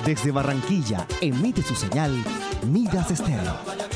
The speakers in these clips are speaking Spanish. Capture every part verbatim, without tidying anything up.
Desde Barranquilla, emite su señal Midas Estéreo.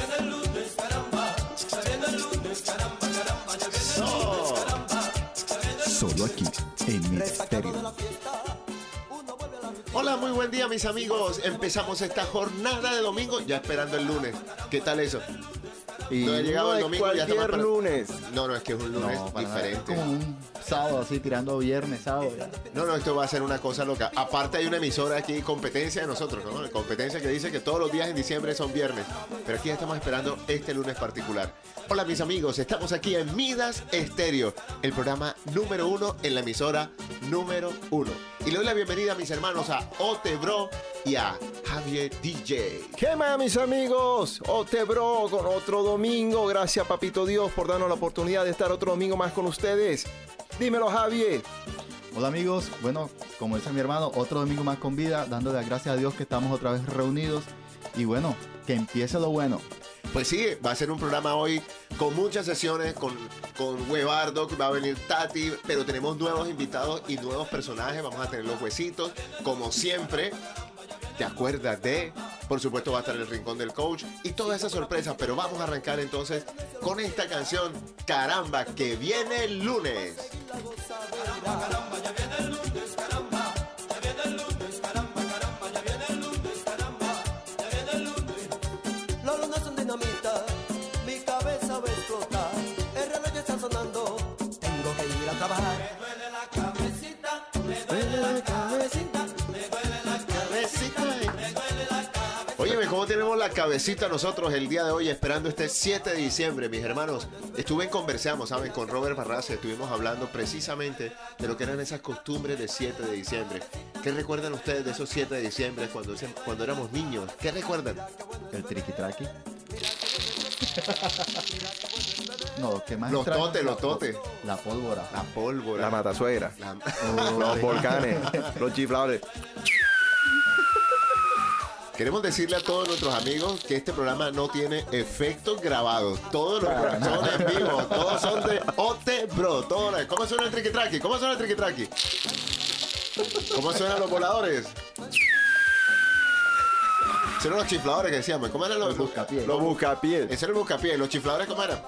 Oh. Solo aquí, en Midas Estéreo. Hola, muy buen día, mis amigos. Empezamos esta jornada de domingo, ya esperando el lunes. ¿Qué tal eso? Y no ha llegado no el es domingo, ya cualquier estamos lunes. No, no, es que es un lunes No, para nada. diferente. Es como un sábado así, tirando viernes, sábado. Ya. No, no, esto va a ser una cosa loca. Aparte hay una emisora aquí, competencia de nosotros, ¿no? Competencia que dice que todos los días en diciembre son viernes. Pero aquí ya estamos esperando este lunes particular. Hola, mis amigos, estamos aquí en Midas Estéreo, el programa número uno en la emisora número uno. Y le doy la bienvenida a mis hermanos, a Ote Bro y a Javier D J. ¿Qué más, mis amigos? Ote Bro con otro domingo. Gracias, papito Dios, por darnos la oportunidad de estar otro domingo más con ustedes. Dímelo, Javier. Hola amigos, bueno, como dice mi hermano, otro domingo más con vida, dándole las gracias a Dios que estamos otra vez reunidos y bueno, que empiece lo bueno. Pues sí, va a ser un programa hoy con muchas sesiones, con, con Huevardo, que va a venir Tati, pero tenemos nuevos invitados y nuevos personajes, vamos a tener los huesitos, como siempre. ¿Te acuerdas de? Por supuesto va a estar el Rincón del Coach y todas esas sorpresas, pero vamos a arrancar entonces con esta canción, Caramba, que viene el lunes. Caramba, caramba, ya viene el lunes, caramba, ya viene el lunes, caramba, caramba, ya viene el lunes, caramba, ya viene el lunes. Los lunes son dinamita, mi cabeza va a explotar, el reloj ya está sonando, tengo que ir a trabajar. Me duele la cabecita, me duele la cabecita, me duele la cabecita, me duele la cabecita. Óyeme, ¿cómo tenemos la cabecita nosotros el día de hoy esperando este siete de diciembre, mis hermanos? Estuve en Conversamos, ¿saben? Con Robert Barraza, estuvimos hablando precisamente de lo que eran esas costumbres de siete de diciembre. ¿Qué recuerdan ustedes de esos siete de diciembre cuando, cuando éramos niños? ¿Qué recuerdan? El triqui-traqui. No, ¿qué más? Los extraño? totes, los totes. La pólvora. La pólvora. La matasuegra. La... Los volcanes. Los chifladores. Queremos decirle a todos nuestros amigos que este programa no tiene efectos grabados. Todos los son en vivo. Todos son de Ote Bro. Todos. ¿Cómo suena el triqui-traqui? ¿Cómo suena el triqui-traqui? ¿Cómo suenan los voladores? Esos eran los chifladores que decíamos. ¿Cómo eran los, Los buscapiés. Los buscapiés. Ese era el buscapiés. ¿Los chifladores cómo eran?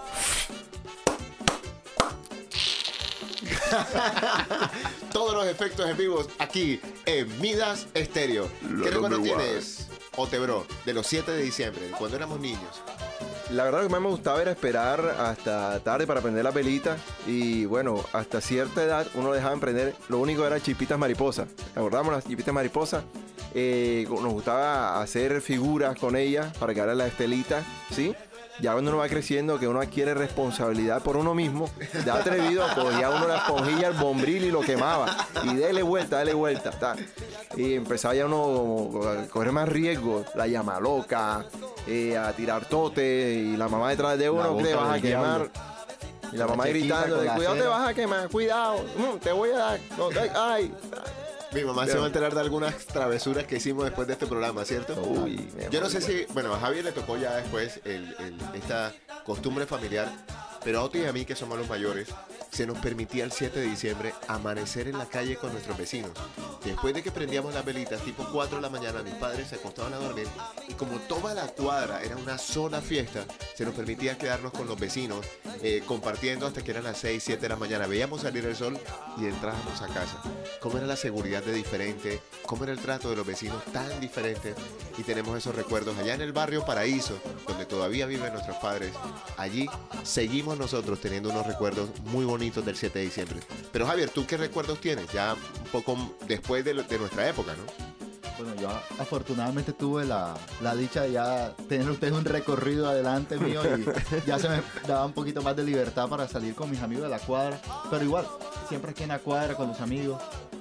Todos los efectos en vivos aquí en Midas Estéreo. ¿Qué recuerdo tienes, Ote Bro, de los siete de diciembre, de cuando éramos niños? La verdad lo que más me gustaba era esperar hasta tarde para prender la velita. Y bueno, hasta cierta edad uno dejaba de prender. Lo único era chispitas mariposas. ¿Acordamos las chispitas mariposas? Eh, nos gustaba hacer figuras con ellas para que hagan la estelita, ¿sí? Ya cuando uno va creciendo, que uno adquiere responsabilidad por uno mismo, de atrevido, cogía uno la esponjilla, el bombril y lo quemaba. Y dele vuelta, dele vuelta. Ta. Y empezaba ya uno a coger más riesgos, la llama loca, eh, a tirar tote, y la mamá detrás de uno, que te vas a quemar. Y la mamá gritando, cuidado, te vas a quemar, cuidado, mm, te voy a dar, no, ay, ay. Mi mamá se va a enterar de algunas travesuras que hicimos después de este programa, ¿cierto? Uy, yo no sé si, bueno, a Javier le tocó ya después el, el, esta costumbre familiar, pero a Otto y a mí, que somos los mayores, se nos permitía el siete de diciembre amanecer en la calle con nuestros vecinos. Después de que prendíamos las velitas, tipo cuatro de la mañana, mis padres se acostaban a dormir y como toda la cuadra era una sola fiesta, se nos permitía quedarnos con los vecinos, eh, compartiendo hasta que eran las seis, siete de la mañana. Veíamos salir el sol y entrábamos a casa. ¿Cómo era la seguridad de diferente? ¿Cómo era el trato de los vecinos tan diferente? Y tenemos esos recuerdos allá en el barrio Paraíso, donde todavía viven nuestros padres. Allí seguimos nosotros teniendo unos recuerdos muy bonitos del siete de diciembre. Pero Javier, ¿tú qué recuerdos tienes? Ya un poco después de, de nuestra época, ¿no? Bueno, yo afortunadamente tuve la, la dicha de ya tener ustedes un recorrido adelante mío y ya se me daba un poquito más de libertad para salir con mis amigos de la cuadra. Pero igual, siempre aquí en la cuadra con los amigos.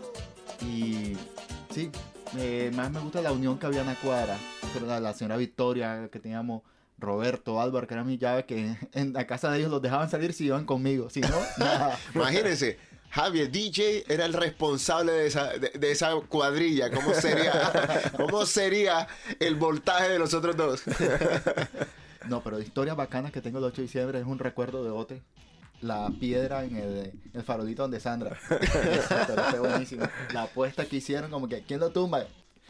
Y sí, eh, más me gusta la unión que había en la cuadra. Pero la, la señora Victoria, que teníamos Roberto, Álvaro, que era mi llave, que en la casa de ellos los dejaban salir si iban conmigo. Si no, nada. Imagínense. Javier D J era el responsable de esa, de, de esa cuadrilla. ¿Cómo sería, ¿Cómo sería el voltaje de los otros dos? No, pero historias bacanas que tengo el ocho de diciembre es un recuerdo de Ote. La piedra en el, el farolito donde Sandra. Eso, pero fue buenísimo. La apuesta que hicieron, como que ¿quién lo tumba?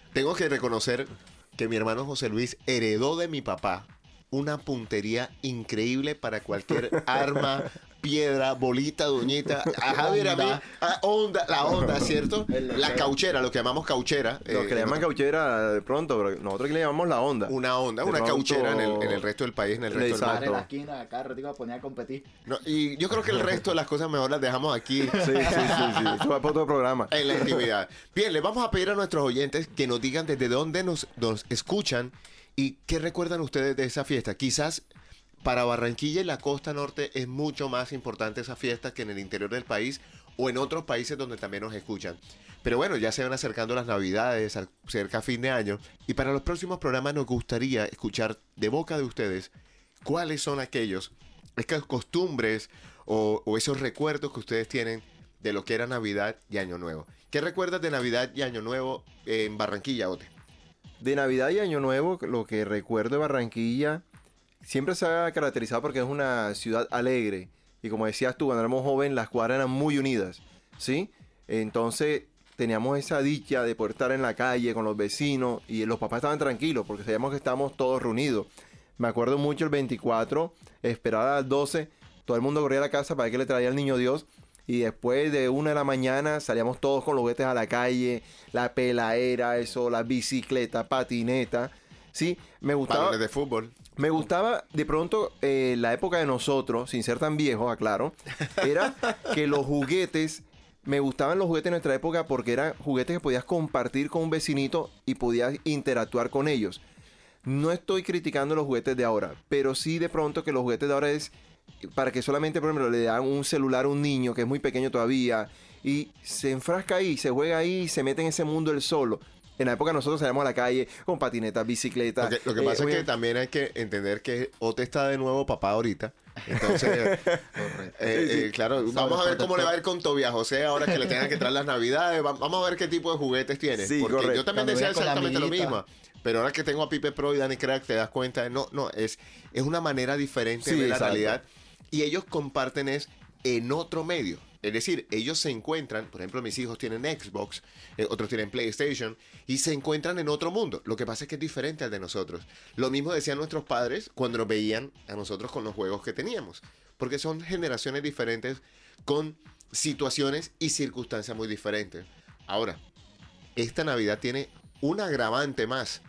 tengo que reconocer que mi hermano José Luis heredó de mi papá una puntería increíble para cualquier arma, piedra, bolita, doñita. A Javier, a mí, a onda, la onda, ¿cierto? La cauchera, lo que llamamos cauchera. Los que le llaman cauchera de pronto, pero nosotros que le llamamos la onda. Una onda, De una pronto- cauchera en el, en el resto del país, en el resto Exacto. del En mundo. la esquina, acá, ratico a poner a competir. No, y yo creo que el resto de las cosas mejor las dejamos aquí. Sí, sí, sí, sí. Eso va para otro programa. En la intimidad. Bien, les vamos a pedir a nuestros oyentes que nos digan desde dónde nos, nos escuchan y qué recuerdan ustedes de esa fiesta. Quizás para Barranquilla y la costa norte es mucho más importante esa fiesta que en el interior del país o en otros países donde también nos escuchan. Pero bueno, ya se van acercando las navidades, al- cerca a fin de año, y para los próximos programas nos gustaría escuchar de boca de ustedes cuáles son aquellos, esas costumbres o, o esos recuerdos que ustedes tienen de lo que era Navidad y Año Nuevo. ¿Qué recuerdas de Navidad y Año Nuevo en Barranquilla, Ote? De Navidad y Año Nuevo, lo que recuerdo de Barranquilla siempre se ha caracterizado porque es una ciudad alegre. Y como decías tú, cuando éramos jóvenes, las cuadras eran muy unidas, ¿sí? Entonces teníamos esa dicha de poder estar en la calle con los vecinos y los papás estaban tranquilos porque sabíamos que estábamos todos reunidos. Me acuerdo mucho el veinticuatro, esperar a las doce, todo el mundo corría a la casa para ver qué le traía el niño Dios. Y después de una de la mañana salíamos todos con los juguetes a la calle, la peladera, eso, la bicicleta, patineta. Sí, me gustaba. Balones de fútbol. Me gustaba de pronto eh, la época de nosotros, sin ser tan viejos, aclaro, era que los juguetes, me gustaban los juguetes de nuestra época porque eran juguetes que podías compartir con un vecinito y podías interactuar con ellos. No estoy criticando los juguetes de ahora, pero sí de pronto que los juguetes de ahora es para que solamente, por ejemplo, le dan un celular a un niño que es muy pequeño todavía y se enfrasca ahí, se juega ahí y se mete en ese mundo él solo. En la época nosotros salíamos a la calle con patinetas, bicicletas. Lo que, lo que eh, pasa es que obviamente- también hay que entender que Ote está de nuevo papá ahorita. Entonces, Correcto. eh, eh, claro, vamos a ver cómo le va a ir con Tobias José ahora que le tengan que traer las navidades. Va- Vamos a ver qué tipo de juguetes tiene. Sí, porque correcto. yo también Cuando decía venga con la exactamente lo amiguita. mismo. Pero ahora que tengo a Pipe Pro y Dani Crack, te das cuenta de no, no, es, es una manera diferente Sí, de ver la exacto. realidad. Y ellos comparten es en otro medio. Es decir, ellos se encuentran, por ejemplo, mis hijos tienen Xbox, eh, otros tienen PlayStation, y se encuentran en otro mundo. Lo que pasa es que es diferente al de nosotros. Lo mismo decían nuestros padres cuando nos veían a nosotros con los juegos que teníamos. Porque son generaciones diferentes con situaciones y circunstancias muy diferentes. Ahora, esta Navidad tiene un agravante más.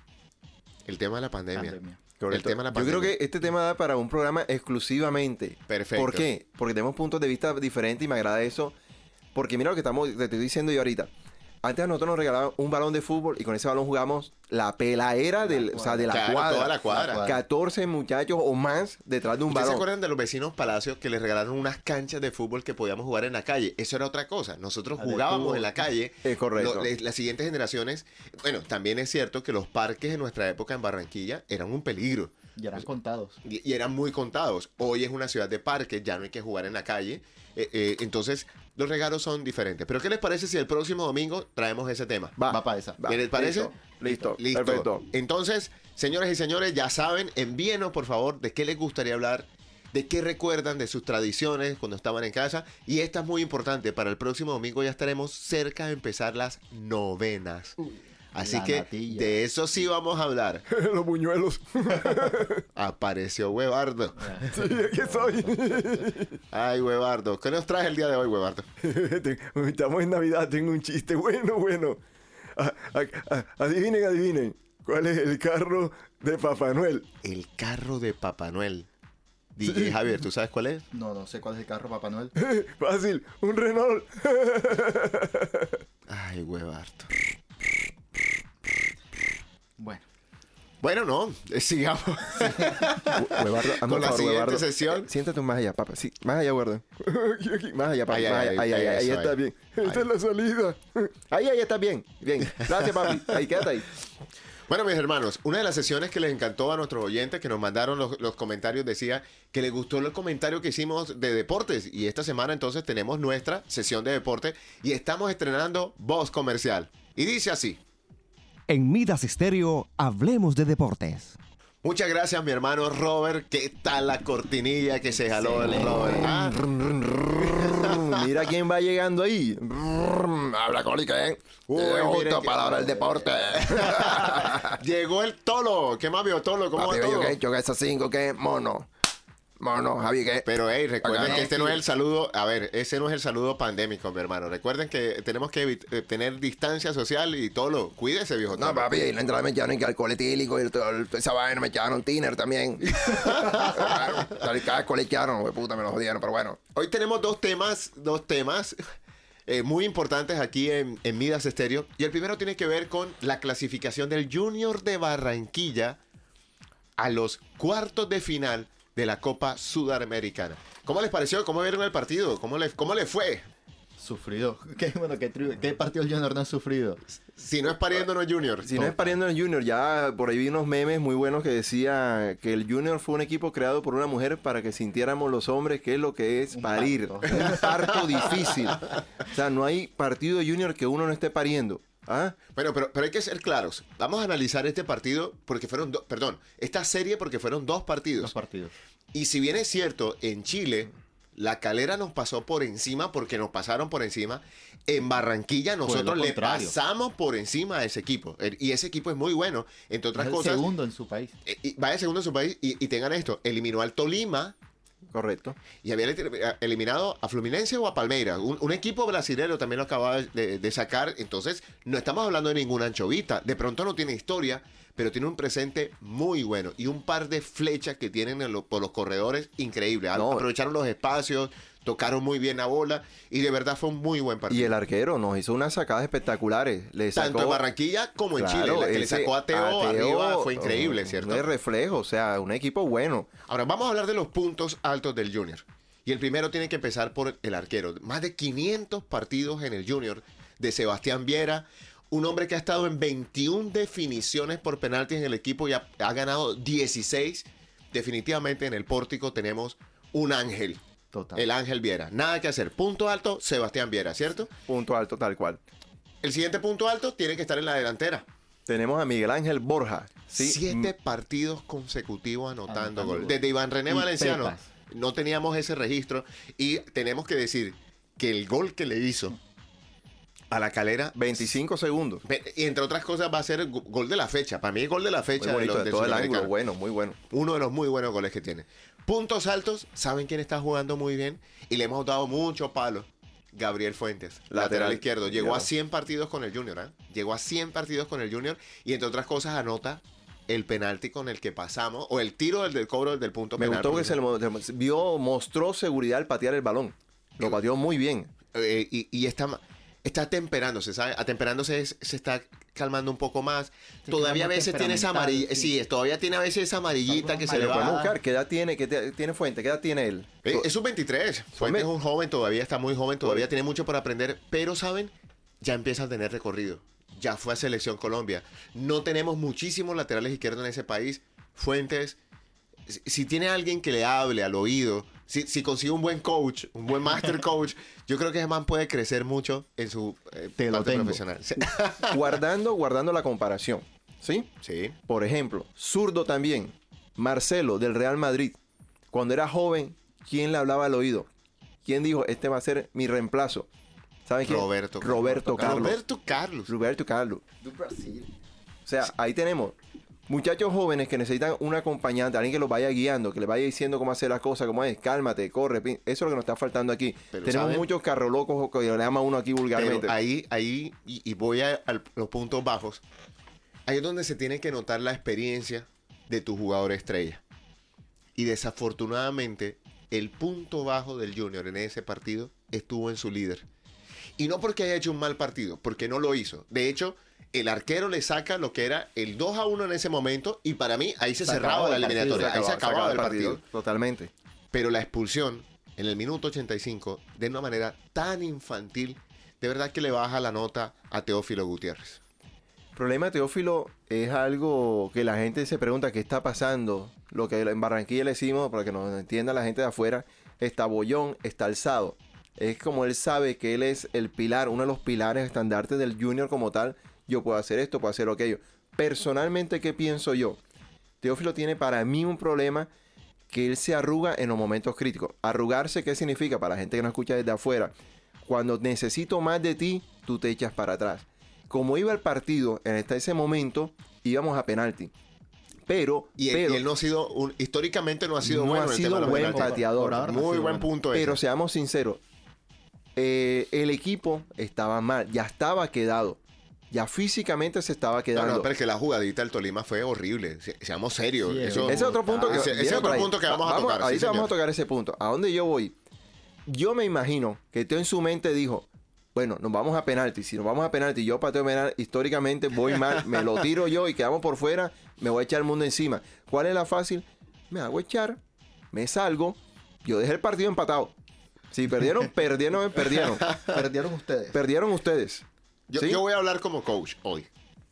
El tema de la pandemia. Pandemia. Correcto. El tema de la Yo creo pandemia. que este tema da para un programa exclusivamente. Perfecto. ¿Por qué? Porque tenemos puntos de vista diferentes y me agrada eso. Porque mira lo que estamos, te estoy diciendo yo ahorita. Antes a nosotros nos regalaban un balón de fútbol y con ese balón jugamos la peladera del, o sea, de la Claro, cuadra. toda la cuadra. La cuadra. catorce muchachos o más detrás de un ¿Ustedes se balón. acuerdan de los vecinos Palacios que les regalaron unas canchas de fútbol que podíamos jugar en la calle? Eso era otra cosa. Nosotros Ah, de jugábamos fútbol. en la calle. Es correcto. Lo- le- las siguientes generaciones. Bueno, también es cierto que los parques en nuestra época en Barranquilla eran un peligro. Ya eran contados. Y, y eran muy contados. Hoy es una ciudad de parques, ya no hay que jugar en la calle. Eh, eh, entonces, los regalos son diferentes. Pero, ¿qué les parece si el próximo domingo traemos ese tema? Va, Va pa' esa. va. ¿Qué les parece? Listo, listo, Listo. perfecto. Entonces, señores y señores, ya saben, envíenos por favor de qué les gustaría hablar, de qué recuerdan de sus tradiciones cuando estaban en casa. Y esta es muy importante, para el próximo domingo ya estaremos cerca de empezar las novenas. Así la que natilla. de eso sí vamos a hablar. Los buñuelos. Apareció Huevardo. Sí, aquí soy. Ay, Huevardo. ¿Qué nos traes el día de hoy, Huevardo? Estamos en Navidad, tengo un chiste bueno, bueno. A- a- a- adivinen, adivinen. ¿Cuál es el carro de Papá Noel? El carro de Papá Noel. D J Javier, ¿tú sabes cuál es? No, no sé cuál es el carro, Papá Noel. Fácil, un Renault. Ay, Huevardo. Bueno, Bueno, no, eh, sigamos. Huevardo, hazme Con un la favor, siguiente Huevardo. sesión. Eh, Siéntate más allá, papá. Sí, más allá, Huevardo. Aquí, aquí, más allá, papá. Ahí, más ahí, allá. Ahí, ahí, ahí, ahí eso, está ahí. bien. Esta Ahí. es la salida. Ahí, ahí está bien. Bien. Gracias, papi. Ahí, quédate ahí. Bueno, mis hermanos, una de las sesiones que les encantó a nuestros oyentes que nos mandaron los, los comentarios decía que les gustó el comentario que hicimos de deportes. Y esta semana entonces tenemos nuestra sesión de deporte y estamos estrenando voz comercial. Y dice así. En Midas Estéreo, hablemos de deportes. Muchas gracias, mi hermano Robert. ¿Qué tal la cortinilla que se jaló el Robert? Ah, mira quién va llegando ahí. Brrr, habla cólica, ¿eh? Uy, Eh, miren justo que- para la hora del deporte. Llegó el Tolo. ¿Qué más vio Tolo? ¿Cómo Papi, va yo todo? que he hecho que esos cinco, que mono. Mono, Javi, que. Pero, hey, recuerden Acá. que este no es el saludo. A ver, ese no es el saludo pandémico, mi hermano. Recuerden que tenemos que evit- eh, tener distancia social y Tolo. Cuídese, viejo. No, Tolo. papi, y la entrada me echaron que alcohol etílico y todo, el- esa vaina me echaron tiner también. Claro, tal y casco le echaron, güey, puta, me lo jodieron, pero bueno. Hoy tenemos dos temas, dos temas eh, muy importantes aquí en, en Midas Estéreo. Y el primero tiene que ver con la clasificación del Junior de Barranquilla a los cuartos de final de la Copa Sudamericana. ¿Cómo les pareció? ¿Cómo vieron el partido? ¿Cómo le, cómo le fue? Sufrido. ¿Qué, bueno, qué, tri- qué partido el Junior no ha sufrido? Si no es pariendo, no es Junior. Si no es pariendo en el Junior, ya por ahí vi unos memes muy buenos que decía que el Junior fue un equipo creado por una mujer para que sintiéramos los hombres qué es lo que es Un parir. parto. Un parto difícil. O sea, no hay partido de Junior que uno no esté pariendo. ¿Ah? Bueno, pero, pero hay que ser claros. Vamos a analizar este partido porque fueron dos, perdón, esta serie porque fueron dos partidos. Los partidos. Y si bien es cierto, en Chile, la Calera nos pasó por encima porque nos pasaron por encima. En Barranquilla nosotros lo le contrario. pasamos por encima a ese equipo. El- Y ese equipo es muy bueno. Entre otras Es el cosas, segundo en su país. eh, y va de segundo en su país. Y, y tengan esto, eliminó al Tolima Correcto. y había ele- eliminado a Fluminense o a Palmeiras. Un, un equipo brasileño también lo acababa de, de sacar. Entonces, no estamos hablando de ninguna anchovita. De pronto no tiene historia, pero tiene un presente muy bueno. Y un par de flechas que tienen en lo- por los corredores increíble. A- No. Aprovecharon los espacios, tocaron muy bien la bola. Y de verdad fue un muy buen Y partido. el arquero nos hizo unas sacadas espectaculares. Le sacó, Tanto en Barranquilla como en Chile. La que le ese sacó a Teo, arriba fue increíble, un- ¿cierto? Un reflejo, o sea, un equipo bueno. Ahora vamos a hablar de los puntos altos del Junior. Y el primero tiene que empezar por el arquero. Más de quinientos partidos en el Junior de Sebastián Viera. Un hombre que ha estado en veintiuna definiciones por penaltis en el equipo y ha, ha ganado dieciséis. Definitivamente en el pórtico tenemos un ángel. Total. El Ángel Viera. Nada que hacer. Punto alto, Sebastián Viera, ¿cierto? Punto alto, tal cual. El siguiente punto alto tiene que estar en la delantera. Tenemos a Miguel Ángel Borja. ¿sí? Siete partidos consecutivos anotando, Anotando gol. gol. Desde Iván René Y Valenciano pepas. no teníamos ese registro y tenemos que decir que el gol que le hizo a la Calera, veinticinco segundos. ve- y entre otras cosas va a ser el go- gol de la fecha. Para mí el gol de la Muy fecha bonito, de, los- de del todo el ángulo, Sudamericano. bueno, muy bueno. Uno de los muy buenos goles que tiene. Puntos altos, ¿saben quién está jugando muy bien? Y le hemos dado mucho palo. Gabriel Fuentes, lateral, Lateral izquierdo. Llegó a izquierdo. cien partidos con el Junior, ¿eh? Llegó a cien partidos con el Junior y entre otras cosas anota el penalti con el que pasamos o el tiro del, del cobro del punto Me penal. gustó que se le mo- se vio, mostró seguridad al patear el balón. Lo pateó muy bien. Eh, y, y está, ma- está temperándose, ¿sabes? Atemperándose es- se está calmando un poco más. Se Todavía a queda muy veces tiene esa temperamental, amarilla, sí. sí. es- todavía tiene a veces esa amarillita que se le Lo podemos va. buscar. ¿Qué edad tiene? ¿Qué te- tiene Fuente? ¿Qué edad tiene él? Eh, es un veintitrés. Fuentes es ve- un joven, todavía está muy joven, todavía Oye. tiene mucho por aprender, pero ¿saben? Ya empieza a tener recorrido. Ya fue a Selección Colombia. No tenemos muchísimos laterales izquierdos en ese país. Fuentes, si, si tiene alguien que le hable al oído, si, si consigue un buen coach, un buen master coach, yo creo que ese man puede crecer mucho en su eh, Te lo parte tengo. profesional. Sí. Guardando, guardando la comparación. ¿Sí? Sí. Por ejemplo, zurdo también. Marcelo del Real Madrid. Cuando era joven, ¿quién le hablaba al oído? ¿Quién dijo, este va a ser mi reemplazo? ¿Saben quién? Roberto. Roberto Carlos. Roberto Carlos. Roberto Carlos. Do Brasil. O sea, ahí tenemos muchachos jóvenes que necesitan un acompañante, alguien que los vaya guiando, que les vaya diciendo cómo hacer las cosas, cómo es, cálmate, corre. pin- Eso es lo que nos está faltando aquí. Pero, tenemos ¿saben? muchos carro locos, que le llama uno aquí vulgarmente. Pero ahí, ahí, y, y voy a, a los puntos bajos. Ahí es donde se tiene que notar la experiencia de tu jugador estrella. Y desafortunadamente, el punto bajo del Junior en ese partido estuvo en su líder. Y no porque haya hecho un mal partido, porque no lo hizo. De hecho, el arquero le saca lo que era el dos a uno en ese momento. Y para mí, ahí se, Se cerraba acababa la el partido, eliminatoria. Ahí se acababa el partido. Totalmente. Pero la expulsión en el minuto ochenta y cinco, de una manera tan infantil, de verdad que le baja la nota a Teófilo Gutiérrez. El problema de Teófilo es algo que la gente se pregunta qué está pasando. Lo que en Barranquilla le decimos, para que nos entienda la gente de afuera, está bollón, está alzado. Es como él sabe que él es el pilar, uno de los pilares estandartes del Junior como tal. Yo puedo hacer esto, puedo hacer aquello. Personalmente, ¿qué pienso yo? Teófilo tiene para mí un problema que él se arruga en los momentos críticos. Arrugarse, ¿qué significa? Para la gente que no escucha desde afuera. Cuando necesito más de ti, tú te echas para atrás. Como iba el partido en hasta ese momento, íbamos a penalti. Pero, Y él, pero y él no ha sido, un, históricamente no ha sido no bueno ha en el sido tema de los buen penaltis. pateador. Por ahora no ha Muy sido buen bueno. punto Pero ese. seamos sinceros, eh, el equipo estaba mal, ya estaba quedado. Ya físicamente se estaba No, quedando. no, pero es que la jugadita del Tolima fue horrible. Se- seamos serios. Sí, Eso, Ese es otro punto que, ese- ese es viene otro por ahí. punto que vamos a Va- tocar, sí, Ahorita vamos señor. a tocar ese punto. ¿A dónde yo voy? Yo me imagino que Teo en su mente dijo, bueno, nos vamos a penalti. Si nos vamos a penalti, yo pateo penal, históricamente voy mal, me lo tiro yo y quedamos por fuera, me voy a echar el mundo encima. ¿Cuál es la fácil? Me hago echar, me salgo, yo dejé el partido empatado. Si perdieron, perdieron, perdieron. Perdieron ustedes. Perdieron ustedes. Yo, ¿Sí? yo voy a hablar como coach hoy.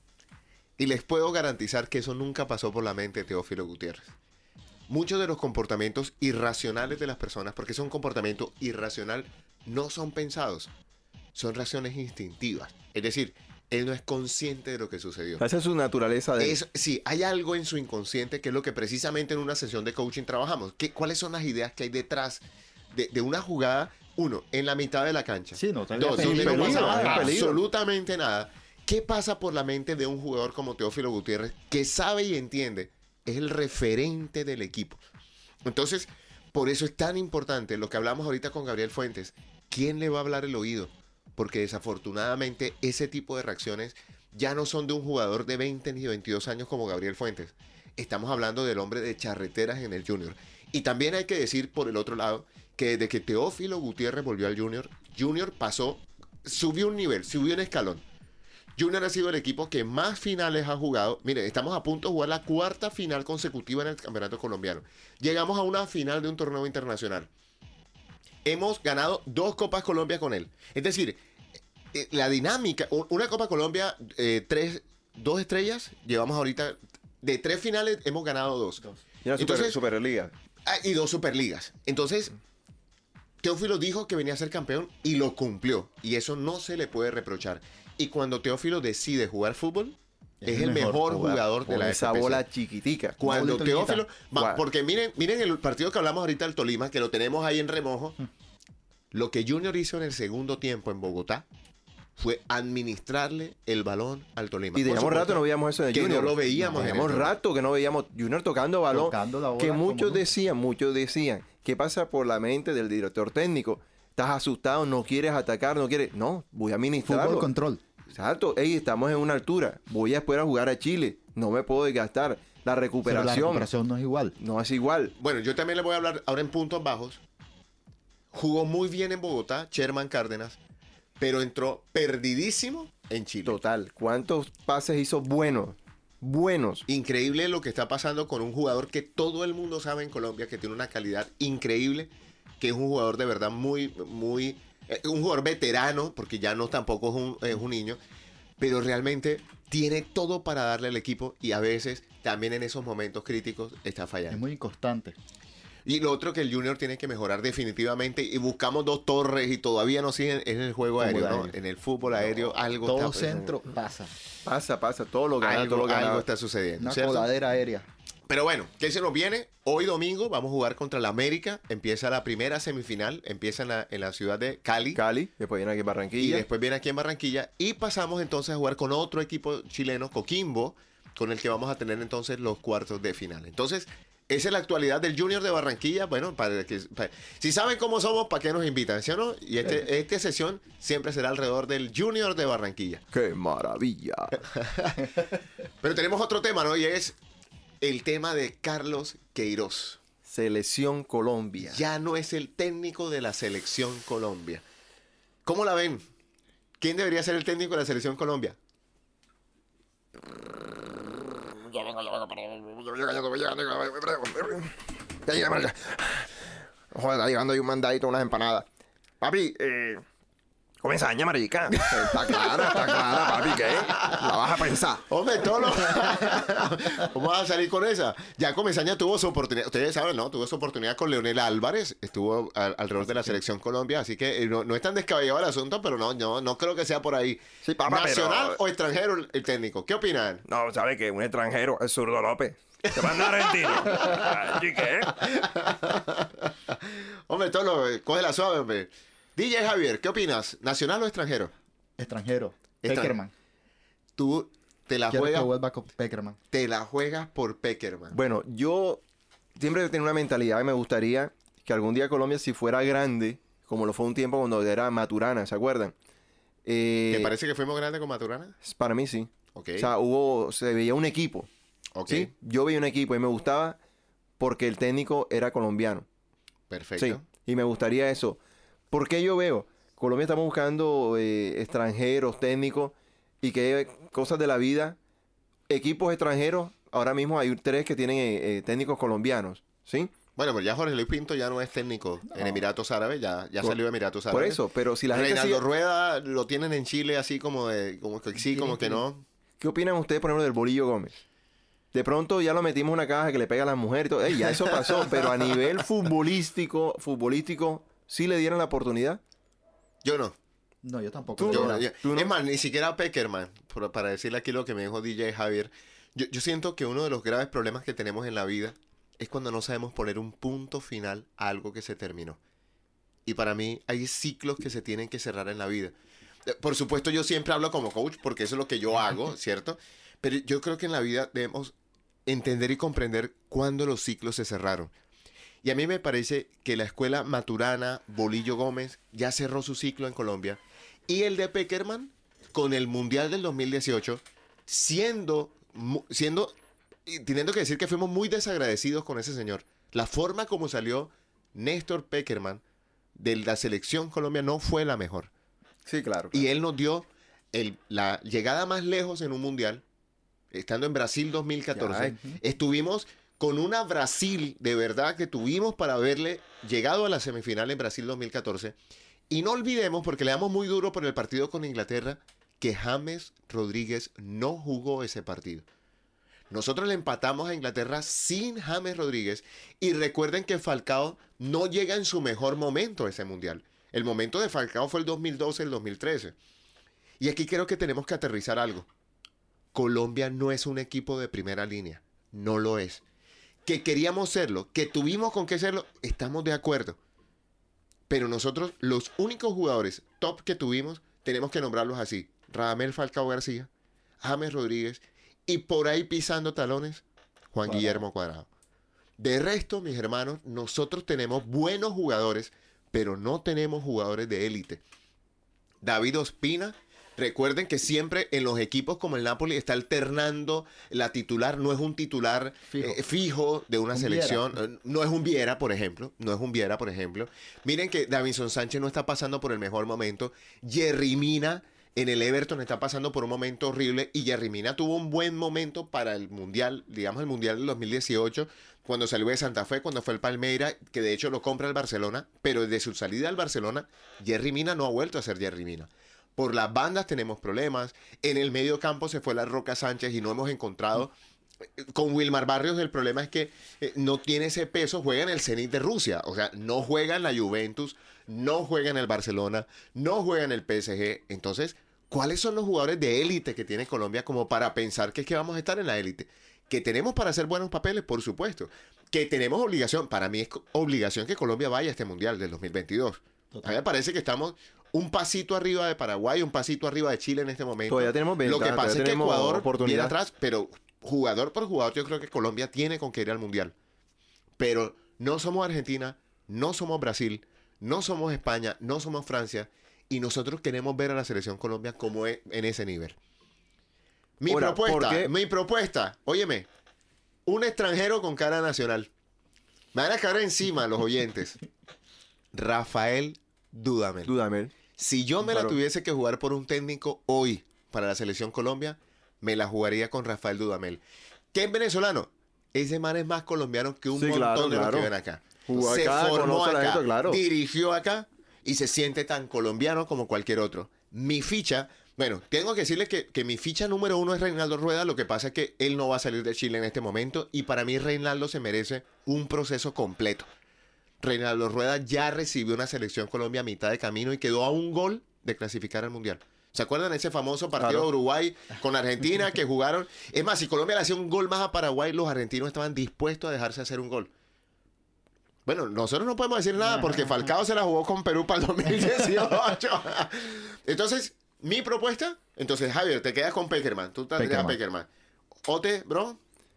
Y les puedo garantizar que eso nunca pasó por la mente de Teófilo Gutiérrez. Muchos de los comportamientos irracionales de las personas, porque es un comportamiento irracional, no son pensados. Son reacciones instintivas. Es decir, él no es consciente de lo que sucedió. Esa es su naturaleza de... Es, sí, hay algo en su inconsciente que es lo que precisamente en una sesión de coaching trabajamos. ¿Qué, ¿Cuáles son las ideas que hay detrás de, de una jugada? Uno, en la mitad de la cancha. Sí, no, tal Dos, vez donde no peligro, pasa hay nada, peligro. absolutamente nada. ¿Qué pasa por la mente de un jugador como Teófilo Gutiérrez que sabe y entiende? Es el referente del equipo. Entonces, por eso es tan importante lo que hablamos ahorita con Gabriel Fuentes. ¿Quién le va a hablar el oído? Porque desafortunadamente ese tipo de reacciones ya no son de un jugador de veinte ni veintidós años como Gabriel Fuentes. Estamos hablando del hombre de charreteras en el Junior. Y también hay que decir por el otro lado que desde que Teófilo Gutiérrez volvió al Junior, Junior pasó, subió un nivel, subió un escalón. Junior ha sido el equipo que más finales ha jugado. Mire, estamos a punto de jugar la cuarta final consecutiva en el campeonato colombiano. Llegamos a una final de un torneo internacional. Hemos ganado dos Copas Colombia con él. Es decir, eh, la dinámica, u- una Copa Colombia, eh, tres, dos estrellas, llevamos ahorita, de tres finales hemos ganado dos. Y una super, Entonces- Superliga. Ah, y dos Superligas. Entonces, Teófilo dijo que venía a ser campeón y lo cumplió. Y eso no se le puede reprochar. Y cuando Teófilo decide jugar fútbol, es, el mejor, jugador de Con la esa F P C. bola chiquitica. Cuando Bolita Teófilo... va, Guau. porque miren, miren el partido que hablamos ahorita del Tolima, que lo tenemos ahí en remojo. Lo que Junior hizo en el segundo tiempo en Bogotá fue administrarle el balón al Tolima. Y Por teníamos supuesto rato no veíamos eso en el que Junior. no lo veíamos. en el Teníamos Junior. rato que no veíamos Junior tocando balón. Tocando la bola que como muchos nunca. decían, muchos decían, ¿qué pasa por la mente del director técnico? Estás asustado, no quieres atacar, no quieres... No, voy a administrarlo. Fútbol control. Exacto. Ey, estamos en una altura. Voy a después a jugar a Chile. No me puedo desgastar. La Pero la recuperación recuperación no es igual. no es igual. Bueno, yo también le voy a hablar ahora en puntos bajos. Jugó muy bien en Bogotá, Sherman Cárdenas, pero entró perdidísimo en Chile. Total. ¿Cuántos pases hizo buenos? Buenos. Increíble lo que está pasando con un jugador que todo el mundo sabe en Colombia que tiene una calidad increíble, que es un jugador de verdad muy, muy, eh, un jugador veterano, porque ya no tampoco es un, es un niño, pero realmente tiene todo para darle al equipo y a veces también en esos momentos críticos está fallando. Es muy inconstante. Y lo otro que el Junior tiene que mejorar definitivamente, y buscamos dos torres y todavía no siguen, es en el juego Fútbol aéreo, ¿no? aéreo. En el fútbol aéreo algo Todo está centro pasa. Pasa, pasa. Todo lo gana, todo algo, lo gana. algo está sucediendo, Una ¿cierto? coladera aérea. Pero bueno, ¿qué se nos viene? Hoy domingo vamos a jugar contra la América, empieza la primera semifinal, empieza en la, en la ciudad de Cali. Cali, después viene aquí Y Barranquilla. después viene aquí en Barranquilla y pasamos entonces a jugar con otro equipo chileno, Coquimbo, con el que vamos a tener entonces los cuartos de final. Entonces, esa es la actualidad del Junior de Barranquilla. Bueno, para que para- si saben cómo somos, ¿para qué nos invitan? ¿Sí o no? Y este, esta sesión siempre será alrededor del Junior de Barranquilla. ¡Qué maravilla! Pero tenemos otro tema, ¿no? Y es el tema de Carlos Queiroz. Selección Colombia. Ya no es el técnico de la selección Colombia. ¿Cómo la ven? ¿Quién debería ser el técnico de la selección Colombia? Ya llega, marica. Joder, está llegando ahí un mandadito, unas empanadas. Papi, eh... comesaña, marica. Está clara, está clara, papi, ¿qué? La vas a pensar. Hombre, todo lo... ¿Cómo vas a salir con esa? Ya Comesaña tuvo su oportunidad. Ustedes saben, ¿no? Tuvo su oportunidad con Leonel Álvarez. Estuvo al- alrededor de la selección Colombia. Así que eh, no, no es tan descabellado el asunto, pero no, no, no creo que sea por ahí. Sí, papá, ¿Nacional pero- o extranjero el, el técnico? ¿Qué opinan? No, sabe que un extranjero, el zurdo López. Te manda argentino. Así que, Hombre, Tolo, eh, coge la suave, hombre. D J Javier, ¿qué opinas? ¿Nacional o extranjero? Extranjero. Extran- Peckerman. Tú te la Quiero que juegas, vuelva con Peckerman. te la juegas por Peckerman. Bueno, yo siempre tengo una mentalidad y me gustaría que algún día Colombia, si fuera grande, como lo fue un tiempo cuando era Maturana, ¿se acuerdan? Eh, ¿Te parece que fuimos grandes con Maturana? Para mí sí. Ok. O sea, hubo, se veía un equipo. ok. ¿Sí? Yo veía un equipo y me gustaba porque el técnico era colombiano. Perfecto. Sí, y me gustaría eso. ¿Por qué yo veo? Colombia estamos buscando eh, extranjeros, técnicos, y que cosas de la vida. Equipos extranjeros, ahora mismo hay tres que tienen eh, eh, técnicos colombianos, ¿sí? Bueno, pues ya Jorge Luis Pinto ya no es técnico en Emiratos Árabes, ya, ya Por- salió de Emiratos Por Árabes. eso, pero si la gente Reinaldo sigue- Rueda lo tienen en Chile así como de, como que sí, como que no. ¿Qué opinan ustedes, por ejemplo, del Bolillo Gómez? De pronto ya lo metimos en una caja que le pega a las mujeres y todo. Ey, ya eso pasó, pero a nivel futbolístico, futbolístico, ¿sí le dieron la oportunidad? Yo no. No, yo tampoco. Tú Yo, no, yo- tú no. Es más, ni siquiera Peckerman, por- para decirle aquí lo que me dijo D J Javier. Yo, yo siento que uno de los graves problemas que tenemos en la vida es cuando no sabemos poner un punto final a algo que se terminó. Y para mí hay ciclos que se tienen que cerrar en la vida. Eh, Por supuesto, yo siempre hablo como coach porque eso es lo que yo hago, ¿cierto? Pero yo creo que en la vida debemos entender y comprender cuándo los ciclos se cerraron. Y a mí me parece que la escuela Maturana, Bolillo Gómez, ya cerró su ciclo en Colombia. Y el de Peckerman, con el Mundial del dos mil dieciocho, siendo, mu- siendo, y teniendo que decir que fuimos muy desagradecidos con ese señor. La forma como salió Néstor Peckerman de la selección Colombia no fue la mejor. Sí, claro. Y él nos dio el- la llegada más lejos en un mundial, estando en Brasil dos mil catorce. Ya, Estuvimos con una Brasil de verdad que tuvimos para haberle llegado a la semifinal en Brasil dos mil catorce. Y no olvidemos, porque le damos muy duro por el partido con Inglaterra, que James Rodríguez no jugó ese partido. Nosotros le empatamos a Inglaterra sin James Rodríguez. Y recuerden que Falcao no llega en su mejor momento a ese mundial. El momento de Falcao fue el dos mil doce, el dos mil trece. Y aquí creo que tenemos que aterrizar algo. Colombia no es un equipo de primera línea. No lo es. Que queríamos serlo, que tuvimos con qué serlo, estamos de acuerdo. Pero nosotros, los únicos jugadores top que tuvimos, tenemos que nombrarlos así. Radamel Falcao García, James Rodríguez y por ahí pisando talones, Juan Cuadrado. Guillermo Cuadrado. De resto, mis hermanos, nosotros tenemos buenos jugadores, pero no tenemos jugadores de élite. David Ospina, recuerden que siempre en los equipos como el Napoli está alternando la titular, no es un titular Fijo. eh, fijo de una Un selección, Viera. eh, no es un Viera, por ejemplo, no es un Viera, por ejemplo. Miren que Davinson Sánchez no está pasando por el mejor momento, Jerry Mina en el Everton está pasando por un momento horrible y Jerry Mina tuvo un buen momento para el Mundial, digamos el Mundial del dos mil dieciocho, cuando salió de Santa Fe, cuando fue el Palmeira, que de hecho lo compra el Barcelona, pero desde su salida al Barcelona, Jerry Mina no ha vuelto a ser Jerry Mina. Por las bandas tenemos problemas. En el medio campo se fue la Roca Sánchez y no hemos encontrado. Con Wilmar Barrios el problema es que eh, no tiene ese peso. Juega en el Zenit de Rusia. O sea, no juega en la Juventus, no juega en el Barcelona, no juega en el P S G. Entonces, ¿cuáles son los jugadores de élite que tiene Colombia como para pensar que es que vamos a estar en la élite? Que tenemos para hacer buenos papeles, por supuesto. Que tenemos obligación. Para mí es co- obligación que Colombia vaya a este Mundial del dos mil veintidós. A mí me parece que estamos un pasito arriba de Paraguay, un pasito arriba de Chile en este momento. Todavía tenemos Lo que ventaja, pasa es todavía que tenemos Ecuador oportunidad. viene atrás, pero jugador por jugador yo creo que Colombia tiene con qué ir al Mundial. Pero no somos Argentina, no somos Brasil, no somos España, no somos Francia, y nosotros queremos ver a la selección Colombia como es en ese nivel. Mi Ahora, ¿por propuesta, qué? mi propuesta, óyeme, un extranjero con cara nacional. Me van a caer encima los oyentes. Rafael Dudamel. Dudamel. Si yo me Claro. la tuviese que jugar por un técnico hoy para la selección Colombia, me la jugaría con Rafael Dudamel. ¿Qué es venezolano? Ese man es más colombiano que un Sí, montón claro, de los claro. que ven acá. Jugó Se acá, formó conoce la acá, gente, claro. dirigió acá y se siente tan colombiano como cualquier otro. Mi ficha, bueno, tengo que decirles que, que mi ficha número uno es Reinaldo Rueda. Lo que pasa es que él no va a salir de Chile en este momento y para mí Reinaldo se merece un proceso completo. Reinaldo Rueda ya recibió una selección Colombia a mitad de camino y quedó a un gol de clasificar al Mundial. O ¿Se acuerdan de ese famoso partido Claro. de Uruguay con Argentina que jugaron? Es más, si Colombia le hacía un gol más a Paraguay, los argentinos estaban dispuestos a dejarse hacer un gol. Bueno, nosotros no podemos decir nada porque Falcao se la jugó con Perú para el dos mil dieciocho. Entonces, mi propuesta, entonces Javier, te quedas con Peckerman. Tú tendrías a Peckerman. Peckerman. Ote, bro,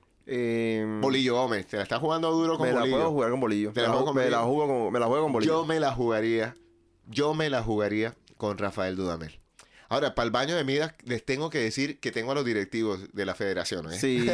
Eh, Bolillo Gómez. Te la estás jugando duro con me la Bolillo. puedo jugar con Bolillo. Te Me la la, juego con me la Bolillo. juego con, me la juego con Bolillo. Yo me la jugaría, yo me la jugaría con Rafael Dudamel. Ahora, para el baño de Midas, les tengo que decir que tengo a los directivos de la federación. ¿eh? Sí,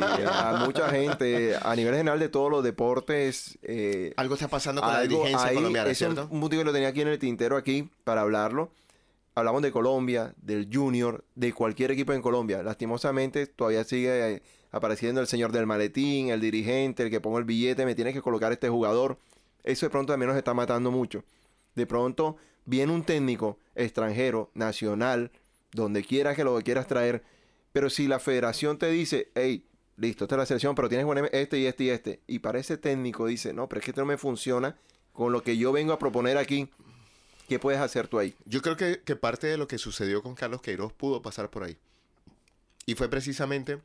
a mucha gente, a nivel general de todos los deportes, eh, Algo está pasando con la algo dirigencia ahí, colombiana, es un, ¿cierto? un punto que lo tenía aquí en el tintero aquí para hablarlo. Hablamos de Colombia, del Junior, de cualquier equipo en Colombia. Lastimosamente todavía sigue eh, apareciendo el señor del maletín, el dirigente, el que pongo el billete, me tiene que colocar este jugador. Eso de pronto también nos está matando mucho. De pronto viene un técnico extranjero, nacional, donde quiera que lo quieras traer, pero si la federación te dice, hey, listo, esta es la selección, pero tienes que ponerme este y este y este, y para ese técnico dice, no, pero es que esto no me funciona con lo que yo vengo a proponer aquí, ¿qué puedes hacer tú ahí? Yo creo que, que parte de lo que sucedió con Carlos Queiroz pudo pasar por ahí. Y fue precisamente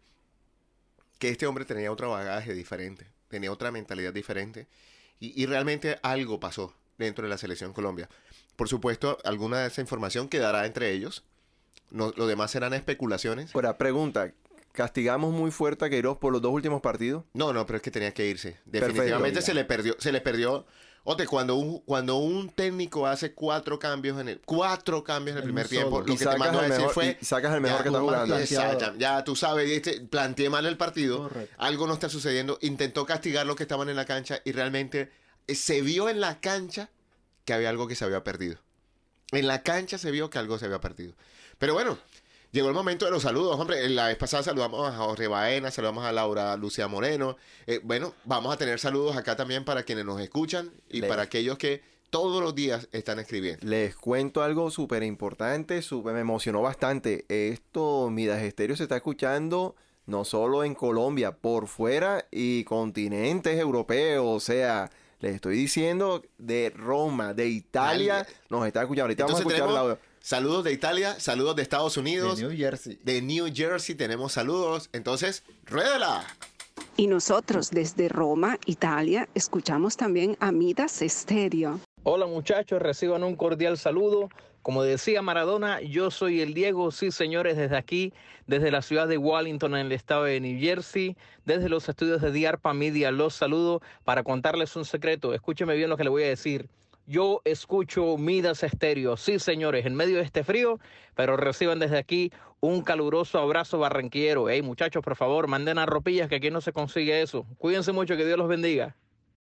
que este hombre tenía otro bagaje diferente, tenía otra mentalidad diferente, y, y realmente algo pasó dentro de la selección Colombia. Por supuesto, alguna de esa información quedará entre ellos. No, lo demás serán especulaciones. Ahora, pregunta, ¿castigamos muy fuerte a Queiroz por los dos últimos partidos? No, no, pero es que tenía que irse. Perfecto. Definitivamente se le perdió, se le perdió. Ote, cuando un, cuando un técnico hace cuatro cambios en el, cuatro cambios en el En primer un tiempo, solo. lo Y que te sacas mando a al decir mejor, fue... y sacas al mejor ya, que está tú jugando. marcas. Exacto, ya tú sabes, este, planteé mal el partido, Correcto. algo no está sucediendo, intentó castigar los que estaban en la cancha y realmente eh, se vio en la cancha que había algo que se había perdido. En la cancha se vio que algo se había perdido. Pero bueno, llegó el momento de los saludos, hombre. La vez pasada saludamos a Jorge Baena, saludamos a Laura Lucía Moreno. Eh, bueno, vamos a tener saludos acá también para quienes nos escuchan y Le- para aquellos que todos los días están escribiendo. Les cuento algo súper importante, súper me emocionó bastante. Esto, Midas Estéreo se está escuchando no solo en Colombia, por fuera y continentes europeos. O sea, les estoy diciendo de Roma, de Italia, Italia. nos está escuchando. Ahorita vamos a Entonces escuchar el tenemos audio. saludos de Italia, saludos de Estados Unidos, De New Jersey. de New Jersey tenemos saludos. Entonces, ruédala. Y nosotros desde Roma, Italia, escuchamos también a Midas Estéreo. Hola muchachos, reciban un cordial saludo. Como decía Maradona, yo soy el Diego, sí señores, desde aquí, desde la ciudad de Wallington en el estado de New Jersey, desde los estudios de Diarpa Media, los saludo para contarles un secreto. Escúcheme bien lo que le voy a decir. Yo escucho Midas Estéreo, sí señores, en medio de este frío, pero reciban desde aquí un caluroso abrazo barranquillero. Hey muchachos, por favor, manden a ropillas que aquí no se consigue eso. Cuídense mucho, que Dios los bendiga.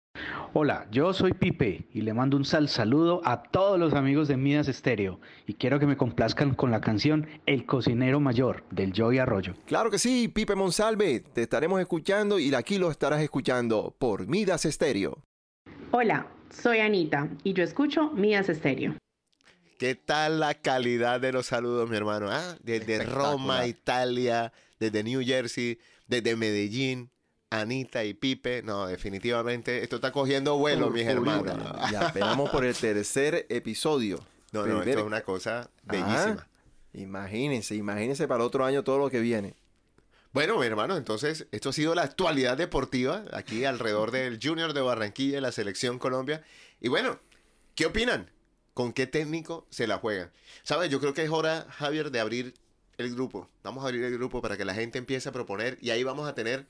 Hola, yo soy Pipe y le mando un sal saludo a todos los amigos de Midas Estéreo y quiero que me complazcan con la canción El Cocinero Mayor del Joey Arroyo. Claro que sí, Pipe Monsalve, te estaremos escuchando y aquí lo estarás escuchando por Midas Estéreo. Hola, soy Anita y yo escucho Midas Estéreo. ¿Qué tal la calidad de los saludos, mi hermano? Ah, desde Espectacular. Roma, Italia, desde New Jersey, desde Medellín, Anita y Pipe. No, definitivamente esto está cogiendo vuelo, mis hermanos. Ya esperamos por el tercer episodio. No, no, Primer- esto es una cosa bellísima. Ah, imagínense, imagínense para el otro año todo lo que viene. Bueno, mi hermano, entonces esto ha sido la actualidad deportiva aquí alrededor del Junior de Barranquilla y la Selección Colombia. Y bueno, ¿qué opinan? ¿Con qué técnico se la juegan? ¿Sabes? Yo creo que es hora, Javier, de abrir el grupo. Vamos a abrir el grupo para que la gente empiece a proponer y ahí vamos a tener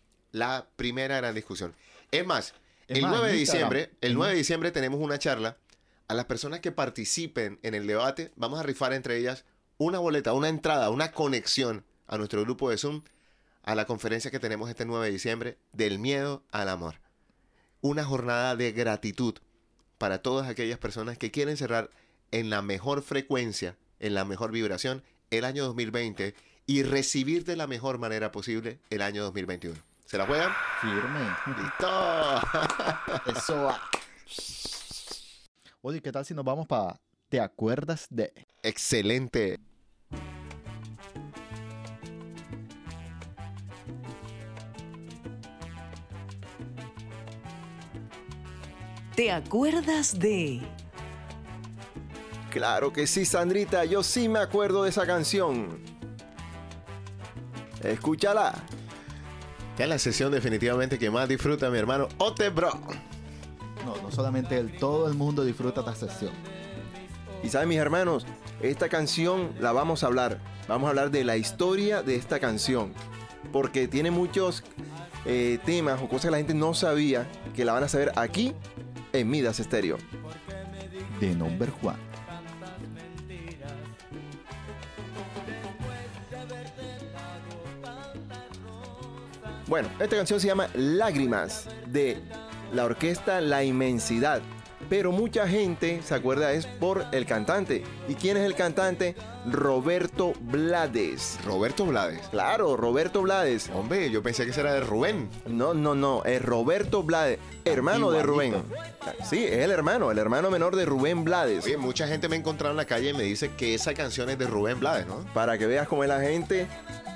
la primera gran discusión. Es más, Es el más, nueve de en diciembre, Instagram. el nueve de diciembre tenemos una charla. A las personas que participen en el debate, vamos a rifar entre ellas una boleta, una entrada, una conexión a nuestro grupo de Zoom a la conferencia que tenemos este nueve de diciembre del miedo al amor. Una jornada de gratitud para todas aquellas personas que quieren cerrar en la mejor frecuencia, en la mejor vibración, el año dos mil veinte y recibir de la mejor manera posible el año dos mil veintiuno. ¿Se la juegan? Firme. ¡Listo! Eso va. Oye, ¿qué tal si nos vamos para ¿Te acuerdas de? Excelente. ¿Te acuerdas de? Claro que sí, Sandrita, yo sí me acuerdo de esa canción. Escúchala. Ya es la sesión definitivamente que más disfruta mi hermano Otebro. No, no solamente él, todo el mundo disfruta esta sesión. Y saben, mis hermanos, esta canción la vamos a hablar. Vamos a hablar de la historia de esta canción. Porque tiene muchos eh, temas o cosas que la gente no sabía que la van a saber aquí en Midas Estéreo. De Number One. Bueno, esta canción se llama Lágrimas, de la orquesta La Inmensidad. Pero mucha gente se acuerda es por el cantante. ¿Y quién es el cantante? Roberto Blades. Roberto Blades. Claro, Roberto Blades. Hombre, yo pensé que ese era de Rubén. No, no, no, es Roberto Blades, hermano de Rubén. Sí, es el hermano, el hermano menor de Rubén Blades. Oye, mucha gente me ha encontrado en la calle y me dice que esa canción es de Rubén Blades, ¿no? Para que veas cómo es la gente.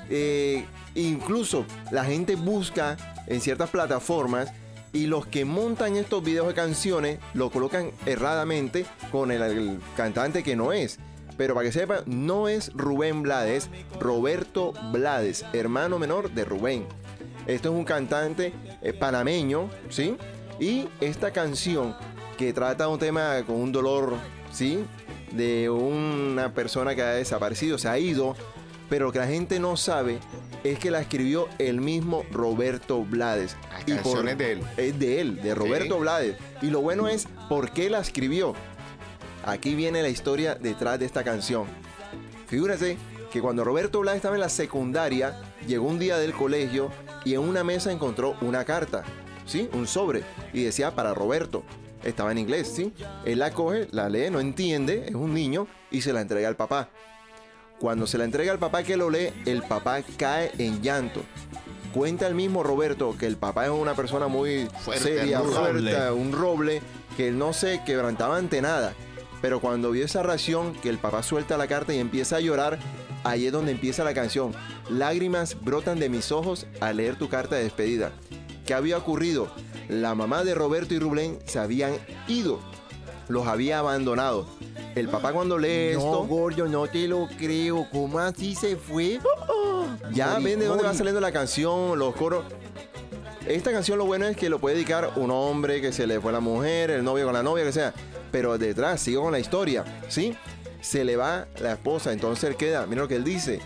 Eh, incluso la gente busca en ciertas plataformas y los que montan estos videos de canciones lo colocan erradamente con el, el cantante que no es. Pero para que sepan, no es Rubén Blades, es Roberto Blades, hermano menor de Rubén. Esto es un cantante eh, panameño, ¿sí? Y esta canción que trata un tema con un dolor, ¿sí? De una persona que ha desaparecido, se ha ido. Pero lo que la gente no sabe es que la escribió el mismo Roberto Blades. Las y canciones de él. Es de él, de Roberto Sí. Blades. Y lo bueno es por qué la escribió. Aquí viene la historia detrás de esta canción. Figúrese que cuando Roberto Blades estaba en la secundaria, llegó un día del colegio y en una mesa encontró una carta, ¿sí? Un sobre. Y decía para Roberto. Estaba en inglés, ¿sí? Él la coge, la lee, no entiende, es un niño y se la entrega al papá. Cuando se la entrega al papá que lo lee, el papá cae en llanto. Cuenta el mismo Roberto que el papá es una persona muy Fuerte, seria, un fuerte, roble. un roble, que no se quebrantaba ante nada. Pero cuando vio esa reacción, que el papá suelta la carta y empieza a llorar, ahí es donde empieza la canción. Lágrimas brotan de mis ojos al leer tu carta de despedida. ¿Qué había ocurrido? La mamá de Roberto y Rubén se habían ido. Los había abandonado. El papá cuando lee No, esto... gordo, no te lo creo. ¿Cómo así se fue? Ya Mori, ven de dónde va Mori. saliendo la canción, los coros. Esta canción lo bueno es que lo puede dedicar un hombre que se le fue la mujer, el novio con la novia, que sea. Pero detrás, sigo con la historia, ¿sí? Se le va la esposa, entonces él queda. Mira lo que él dice.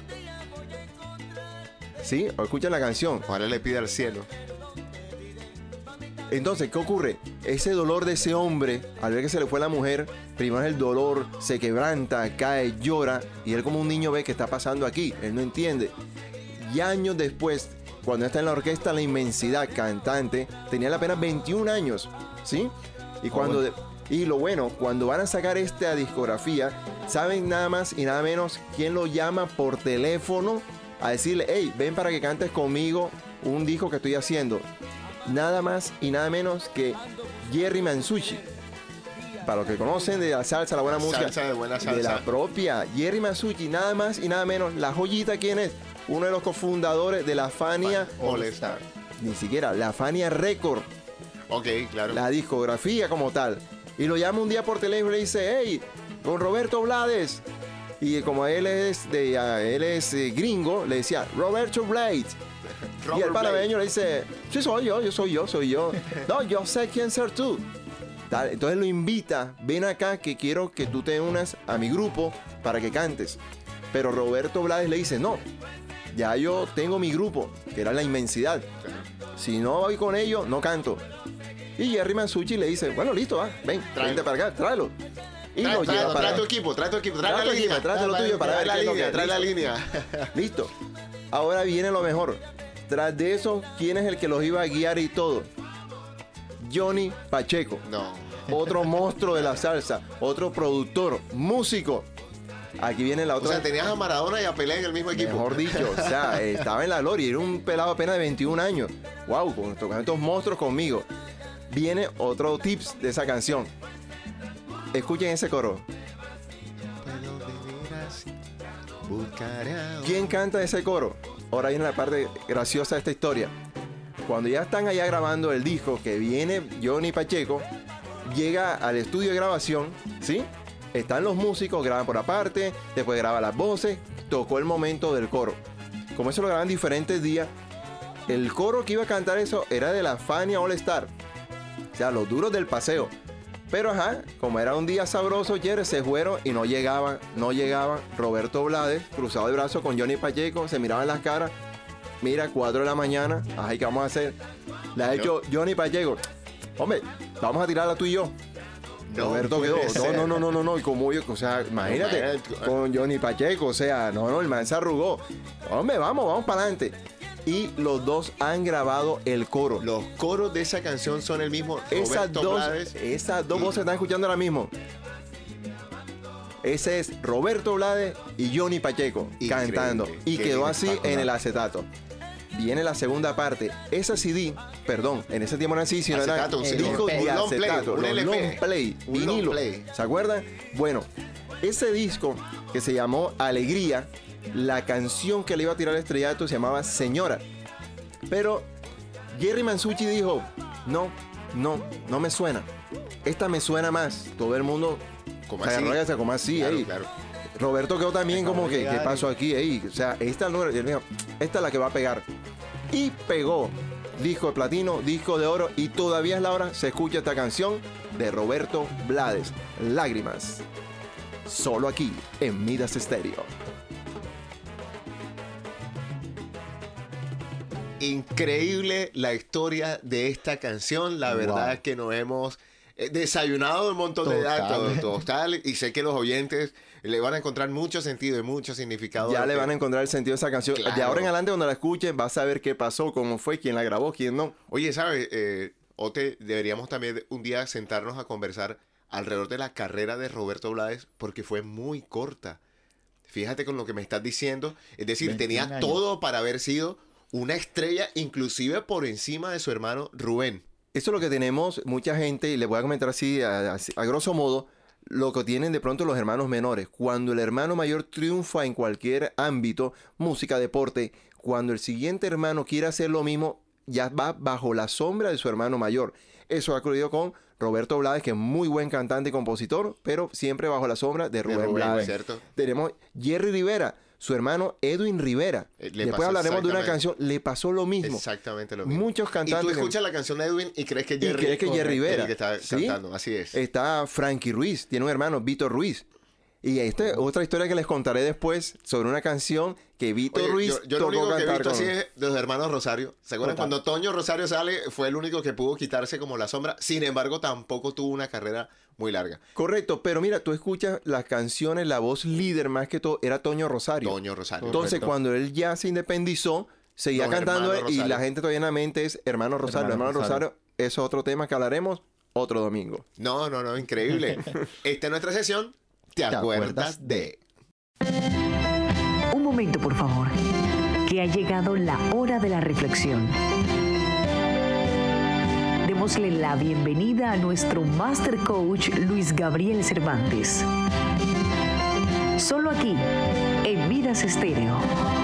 ¿Sí? O escuchan la canción. Ahora le pide al cielo. Entonces, ¿qué ocurre? Ese dolor de ese hombre, al ver que se le fue la mujer, primero el dolor, se quebranta, cae, llora, y él como un niño ve que está pasando aquí, él no entiende. Y años después, cuando está en la orquesta La Inmensidad, cantante, tenía apenas veintiún años, ¿sí? Y cuando... de- y lo bueno, cuando van a sacar esta discografía, saben nada más y nada menos quién lo llama por teléfono a decirle, hey, ven para que cantes conmigo un disco que estoy haciendo. Nada más y nada menos que Jerry Mansucci. Para los que conocen de la salsa, la buena música. Salsa de buena De salsa. la propia Jerry Mansucci, nada más y nada menos. La joyita, ¿quién es? Uno de los cofundadores de la Fania. All Star. Ni siquiera, la Fania Record. Ok, claro. La discografía como tal. Y lo llama un día por teléfono y le dice, hey, con Roberto Blades. Y como él es de ah, él es eh, gringo, le decía, Roberto Blades. Y Robert el panameño le dice, sí, soy yo, yo soy yo, soy yo. No, yo sé quién ser tú. Tal, entonces lo invita, ven acá que quiero que tú te unas a mi grupo para que cantes. Pero Roberto Blades le dice, no, ya yo tengo mi grupo, que era La Inmensidad. Si no voy con ellos, no canto. Y Jerry Mansucci le dice, bueno, listo, va, ven, Tráelo. vente para acá, tráelo. Y Trae, lo trae, lleva para... trae tu equipo, trae tu equipo, trae, Trae la tu línea. equipo, tráete lo tuyo para ver la qué es lo línea, que- trae la listo. línea. Listo. Ahora viene lo mejor. Tras de eso, ¿quién es el que los iba a guiar y todo? Johnny Pacheco. No. Otro monstruo de la salsa. Otro productor, músico. Aquí viene la O otra. sea, tenías a Maradona y a Pelé en el mismo equipo. Mejor dicho, o sea, estaba en la gloria. Era un pelado apenas de veintiún años. Wow, con estos, con estos monstruos conmigo. Viene otro tips de esa canción. Escuchen ese coro. ¿Quién canta ese coro? Ahora viene la parte graciosa de esta historia. Cuando ya están allá grabando el disco, que viene Johnny Pacheco, llega al estudio de grabación, ¿sí? están los músicos, graban por aparte, después graba las voces, tocó el momento del coro. Como eso lo graban diferentes días, el coro que iba a cantar eso era de la Fania All Star. O sea, los duros del paseo. Pero ajá, como era un día sabroso, Jerry, se fueron y no llegaban, no llegaban. Roberto Blades, cruzado de brazos con Johnny Pacheco, se miraban las caras. Mira, cuatro de la mañana, ay, ¿qué vamos a hacer? Le ha hecho Johnny Pacheco. Hombre, vamos a tirarla tú y yo. No Roberto puede quedó, ser. no, no, no, no, no, y como yo, o sea, imagínate, Imagínate. con Johnny Pacheco, o sea, no, no, el man se arrugó. Hombre, vamos, vamos para adelante. Y los dos han grabado el coro. Los coros de esa canción son el mismo. Esas Roberto dos, Blades esas dos y- voces están escuchando ahora mismo. Ese es Roberto Blades y Johnny Pacheco Increíble, cantando. Y qué quedó así espectacular. en el acetato. Viene la segunda parte. Esa C D, perdón, en ese tiempo no era así, sino era Acetato, sí, discos un de long play, acetato, un los L P, long play, un vinilo. long play. ¿Se acuerdan? Bueno, ese disco que se llamó Alegría, la canción que le iba a tirar el estrellato se llamaba Señora. Pero Jerry Mansucci dijo, no, no, no me suena. Esta me suena más. Todo el mundo ¿Cómo se así? agarró y se como así, Claro, ey. claro. Roberto quedó también como que, ¿qué pasó aquí? Ey, o sea, esta, no- él dijo, esta es la que va a pegar. Y pegó. Disco de platino, disco de oro, y todavía es la hora, se escucha esta canción de Roberto Blades, Lágrimas. Solo aquí, en Midas Estéreo. Increíble la historia de esta canción. La verdad Wow. es que nos hemos eh, desayunado un montón de Total. datos. Total. Y sé que los oyentes le van a encontrar mucho sentido y mucho significado. Ya a lo le que- van a encontrar el sentido de esa canción. Claro. De ahora en adelante, cuando la escuchen, vas a saber qué pasó, cómo fue, quién la grabó, quién no. Oye, ¿sabes? Eh, Ote, deberíamos también un día sentarnos a conversar alrededor de la carrera de Roberto Blades porque fue muy corta. Fíjate con lo que me estás diciendo. Es decir, veintiún tenía años. todo para haber sido una estrella, inclusive por encima de su hermano Rubén. Eso es lo que tenemos mucha gente, y les voy a comentar así, a, a- a grosso modo, lo que tienen de pronto los hermanos menores. Cuando el hermano mayor triunfa en cualquier ámbito, música, deporte, cuando el siguiente hermano quiere hacer lo mismo, ya va bajo la sombra de su hermano mayor. Eso ha ocurrido con Roberto Blades, que es muy buen cantante y compositor, pero siempre bajo la sombra de Rubén, Rubén, Blades. ¿cierto? Tenemos Jerry Rivera, su hermano Edwin Rivera. Eh, le Después pasó hablaremos de una exactamente- canción, le pasó lo mismo. Exactamente lo mismo. Muchos Y cantantes. tú que- escuchas la canción de Edwin y crees que y Jerry, crees que Jerry es Rivera el que está ¿sí? cantando. Así es. Está Frankie Ruiz, tiene un hermano, Víctor Ruiz. Y esta es otra historia que les contaré después sobre una canción que Víctor Oye, Ruiz yo, yo lo tocó único que he cantar visto con... así es de los hermanos Rosario. ¿Se acuerdan? Total. Cuando Toño Rosario sale, fue el único que pudo quitarse como la sombra. Sin embargo, tampoco tuvo una carrera muy larga. Correcto, pero mira, tú escuchas las canciones, la voz líder más que todo era Toño Rosario. Toño Rosario. Entonces, correcto. cuando él ya se independizó, seguía Los cantando hermanos y Rosario. la gente todavía en la mente es Hermano Rosario. Hermano, Hermano Rosario, Rosario. eso es otro tema que hablaremos otro domingo. No, no, no, increíble. Esta es nuestra sesión. ¿Te, acuerdas, acuerdas de? Un momento, por favor, que ha llegado la hora de la reflexión. Démosle la bienvenida a nuestro Master Coach Luis Gabriel Cervantes. Solo aquí, en Vidas Estéreo.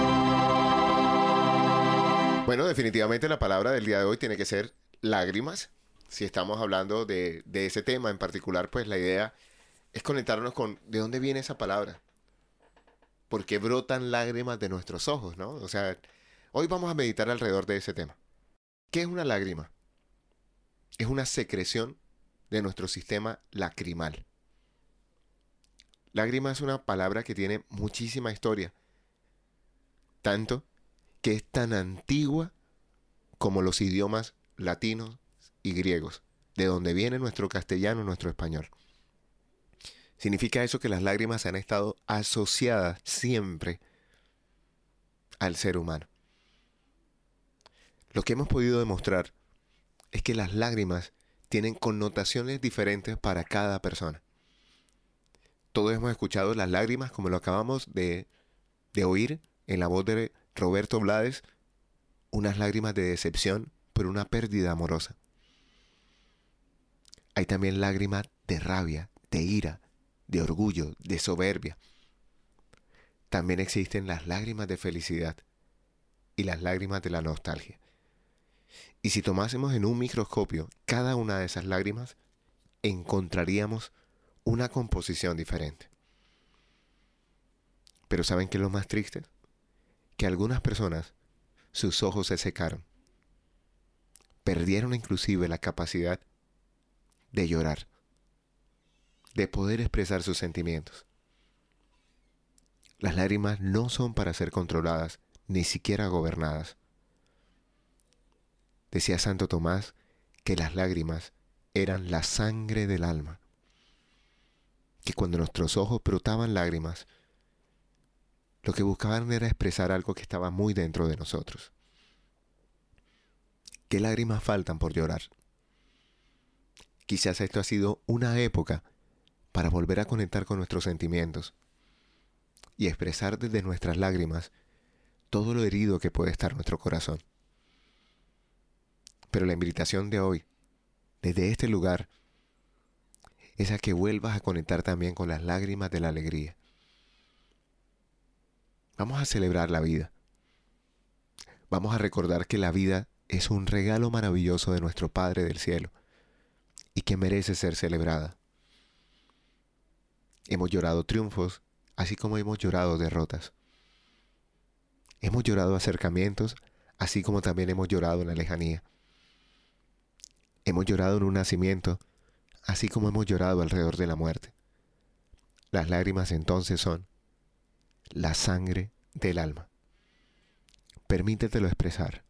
Bueno, definitivamente la palabra del día de hoy tiene que ser lágrimas. Si estamos hablando de, de ese tema en particular, pues la idea es conectarnos con de dónde viene esa palabra. ¿Por qué brotan lágrimas de nuestros ojos, no? O sea, hoy vamos a meditar alrededor de ese tema. ¿Qué es una lágrima? Es una secreción de nuestro sistema lacrimal. Lágrima es una palabra que tiene muchísima historia. Tanto que es tan antigua como los idiomas latinos y griegos, de donde viene nuestro castellano, nuestro español. Significa eso que las lágrimas han estado asociadas siempre al ser humano. Lo que hemos podido demostrar es que las lágrimas tienen connotaciones diferentes para cada persona. Todos hemos escuchado las lágrimas, como lo acabamos de, de oír en la voz de Roberto Blades, unas lágrimas de decepción por una pérdida amorosa. Hay también lágrimas de rabia, de ira, de orgullo, de soberbia. También existen las lágrimas de felicidad y las lágrimas de la nostalgia. Y si tomásemos en un microscopio cada una de esas lágrimas, encontraríamos una composición diferente. Pero ¿saben qué es lo más triste? Que algunas personas, sus ojos se secaron. Perdieron inclusive la capacidad de llorar, de poder expresar sus sentimientos. Las lágrimas no son para ser controladas, ni siquiera gobernadas. Decía Santo Tomás que las lágrimas eran la sangre del alma, que cuando nuestros ojos brotaban lágrimas, lo que buscaban era expresar algo que estaba muy dentro de nosotros. ¿Qué lágrimas faltan por llorar? Quizás esto ha sido una época para volver a conectar con nuestros sentimientos y expresar desde nuestras lágrimas todo lo herido que puede estar nuestro corazón. Pero la invitación de hoy, desde este lugar, es a que vuelvas a conectar también con las lágrimas de la alegría. Vamos a celebrar la vida. Vamos a recordar que la vida es un regalo maravilloso de nuestro Padre del cielo y que merece ser celebrada. Hemos llorado triunfos, así como hemos llorado derrotas. Hemos llorado acercamientos, así como también hemos llorado en la lejanía. Hemos llorado en un nacimiento, así como hemos llorado alrededor de la muerte. Las lágrimas entonces son la sangre del alma. Permítetelo expresar.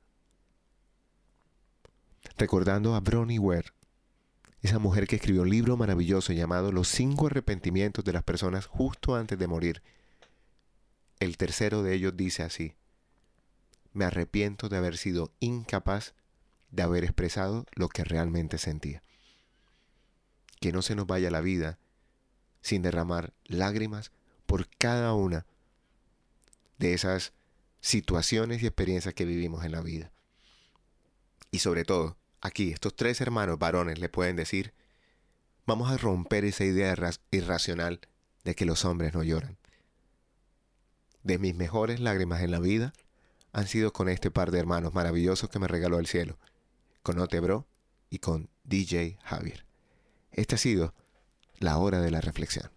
Recordando a Bronnie Ware, esa mujer que escribió un libro maravilloso llamado Los cinco arrepentimientos de las personas justo antes de morir. El tercero de ellos dice así: me arrepiento de haber sido incapaz de haber expresado lo que realmente sentía. Que no se nos vaya la vida sin derramar lágrimas por cada una de esas situaciones y experiencias que vivimos en la vida. Y sobre todo, aquí estos tres hermanos varones le pueden decir: vamos a romper esa idea irracional de que los hombres no lloran. De mis mejores lágrimas en la vida han sido con este par de hermanos maravillosos que me regaló el cielo, con Otebro y con D J Javier. Esta ha sido la hora de la reflexión.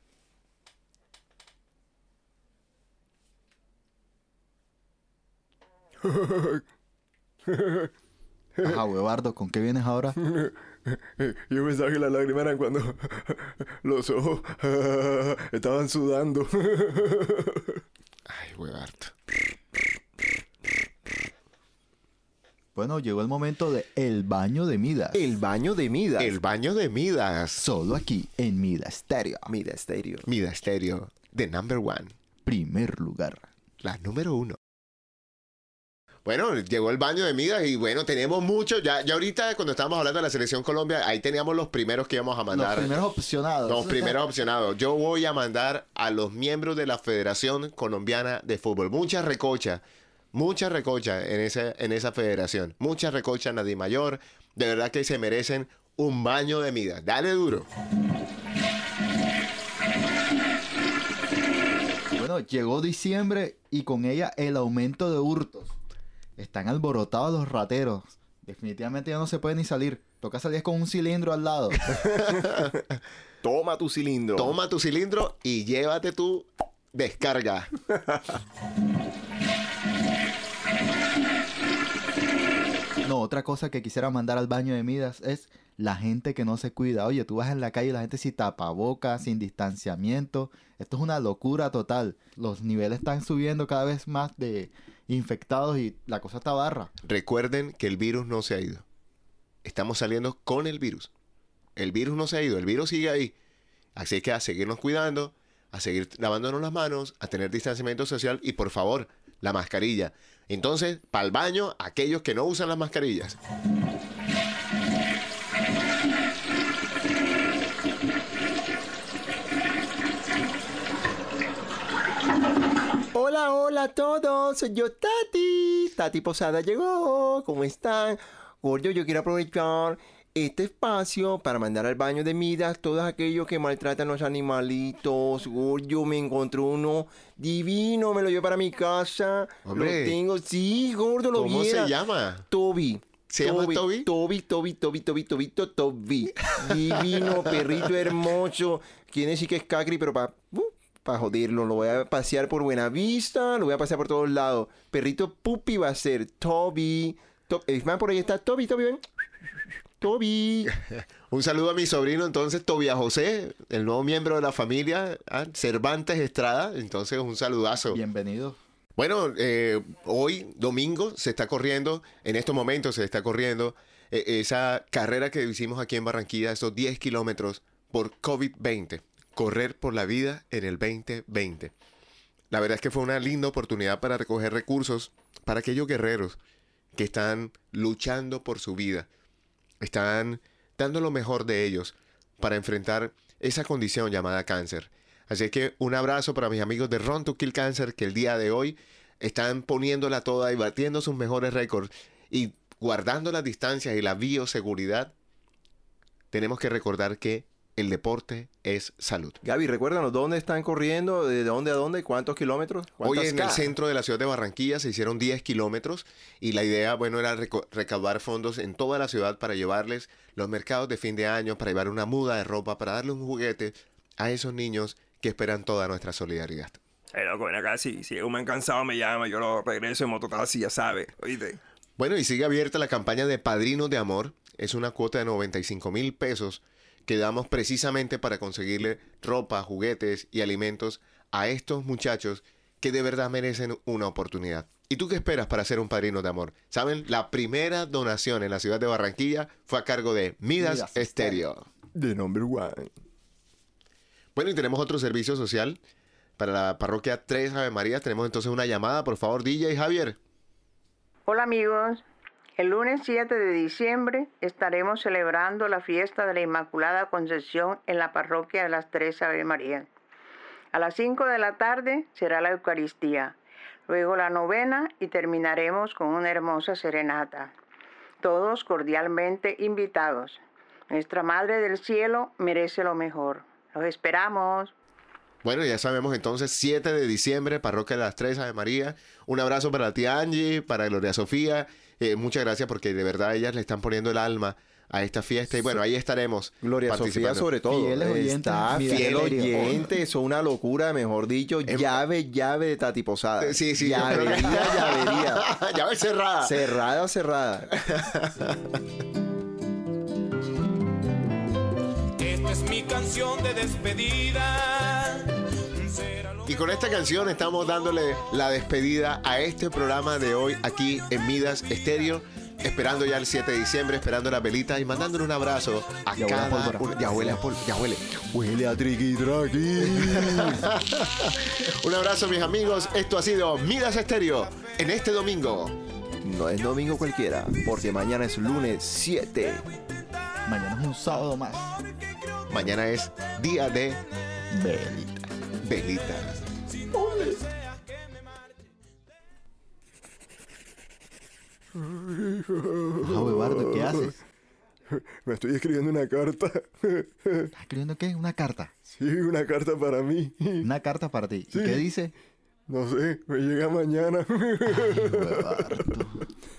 Ajá, Huevardo, ¿con qué vienes ahora? Yo pensaba que las lágrimas eran cuando los ojos estaban sudando. Ay, Huevardo. Bueno, llegó el momento de El Baño de Midas. El Baño de Midas. El Baño de Midas. Solo aquí, en Midas Stereo. Midas Stereo. Midas Stereo, the number one. Primer lugar. La número uno. Bueno, llegó el Baño de Midas y bueno, tenemos mucho. Ya, ya ahorita cuando estábamos hablando de la Selección Colombia, ahí teníamos los primeros que íbamos a mandar. Los primeros opcionados. Los primeros opcionados. Yo voy a mandar a los miembros de la Federación Colombiana de Fútbol. Mucha recocha, mucha recocha en esa, en esa federación. Mucha recocha en la Di Mayor. De verdad que se merecen un baño de Midas. Dale duro. Bueno, llegó diciembre y con ella el aumento de hurtos. Están alborotados los rateros. Definitivamente ya no se puede ni salir. Toca salir con un cilindro al lado. Toma tu cilindro. Toma tu cilindro y llévate tu descarga. No, otra cosa que quisiera mandar al baño de Midas es la gente que no se cuida. Oye, tú vas en la calle y la gente sin tapabocas, sin distanciamiento. Esto es una locura total. Los niveles están subiendo cada vez más de infectados y la cosa está barra. Recuerden que el virus no se ha ido. Estamos saliendo con el virus. El virus no se ha ido, el virus sigue ahí. Así que a seguirnos cuidando, a seguir lavándonos las manos, a tener distanciamiento social y por favor, la mascarilla. Entonces, para el baño, aquellos que no usan las mascarillas. Hola, hola a todos, soy yo Tati. Tati Posada llegó, ¿cómo están? Gordo, yo quiero aprovechar este espacio para mandar al baño de Midas todos aquellos que maltratan a los animalitos. Gordo, me encontré uno divino, me lo llevo para mi casa. Hombre, lo tengo, sí, gordo, lo ¿cómo viera. se llama? Toby. ¿Se llama Toby? Toby, Toby, Toby, Toby, Toby, Toby. Divino, perrito hermoso. Quiere decir que es cacri, pero para uh, pa joderlo. Lo voy a pasear por Buenavista, lo voy a pasear por todos lados. Perrito pupi va a ser Toby. To es más, por ahí está Toby, Toby, ven. Toby. Un saludo a mi sobrino, entonces, Tobia José, el nuevo miembro de la familia, ¿ah? Cervantes Estrada. Entonces, un saludazo. Bienvenido. Bueno, eh, hoy, domingo, se está corriendo, en estos momentos se está corriendo eh, esa carrera que hicimos aquí en Barranquilla, esos diez kilómetros por COVID veinte. Correr por la vida en el veinte veinte. La verdad es que fue una linda oportunidad para recoger recursos para aquellos guerreros que están luchando por su vida. Están dando lo mejor de ellos para enfrentar esa condición llamada cáncer. Así que un abrazo para mis amigos de Run to Kill Cancer, que el día de hoy están poniéndola toda y batiendo sus mejores récords y guardando las distancias y la bioseguridad. Tenemos que recordar que el deporte es salud. Gaby, recuérdanos, ¿dónde están corriendo? ¿De dónde a dónde? ¿Cuántos kilómetros? Hoy en K? el centro de la ciudad de Barranquilla se hicieron diez kilómetros y la idea, bueno, era recaudar fondos en toda la ciudad para llevarles los mercados de fin de año, para llevar una muda de ropa, para darle un juguete a esos niños que esperan toda nuestra solidaridad. Hey, loco, ven acá, si, si un man cansado me llama, yo lo regreso en mototaxi, ya sabes, oíste. Bueno, y sigue abierta la campaña de Padrinos de Amor. Es una cuota de noventa y cinco mil pesos que damos precisamente para conseguirle ropa, juguetes y alimentos a estos muchachos que de verdad merecen una oportunidad. ¿Y tú qué esperas para ser un padrino de amor? ¿Saben? La primera donación en la ciudad de Barranquilla fue a cargo de Midas, Midas Estéreo. The number one. Bueno, y tenemos otro servicio social para la parroquia Tres Ave Marías. Tenemos entonces una llamada. Por favor, D J Javier. Hola amigos. El lunes siete de diciembre estaremos celebrando la fiesta de la Inmaculada Concepción en la parroquia de las Tres Ave Marías. A las cinco de la tarde será la Eucaristía, luego la novena y terminaremos con una hermosa serenata. Todos cordialmente invitados. Nuestra Madre del Cielo merece lo mejor. Los esperamos. Bueno, ya sabemos entonces, siete de diciembre, parroquia de las Tres Ave María. Un abrazo para la tía Angie, para Gloria Sofía. Eh, muchas gracias porque de verdad ellas le están poniendo el alma a esta fiesta. Y bueno, ahí estaremos. Gloria Sofía sobre todo. Fieles oyentes. Está fiel oyente. Eso es una locura, mejor dicho. En... Llave, llave de Tati Posada. Sí, sí. Llavería, llavería. Llave cerrada. Cerrada, cerrada. Esta es mi canción de despedida. Y con esta canción estamos dándole la despedida a este programa de hoy aquí en Midas Estéreo. Esperando ya el siete de diciembre, esperando las velitas y mandándole un abrazo a ya cada huele uno. Ya huele a polvo, ya huele. Huele a triqui traqui. Un abrazo, mis amigos. Esto ha sido Midas Estéreo en este domingo. No es domingo cualquiera, porque mañana es lunes siete. Mañana es un sábado más. Mañana es día de velita. Velita. Ah, Eduardo, ¿qué haces? Me estoy escribiendo una carta. ¿Estás escribiendo qué? ¿Una carta? Sí, una carta para mí. Una carta para ti. Sí. ¿Y qué dice? No sé, me llega mañana. Ay, Eduardo.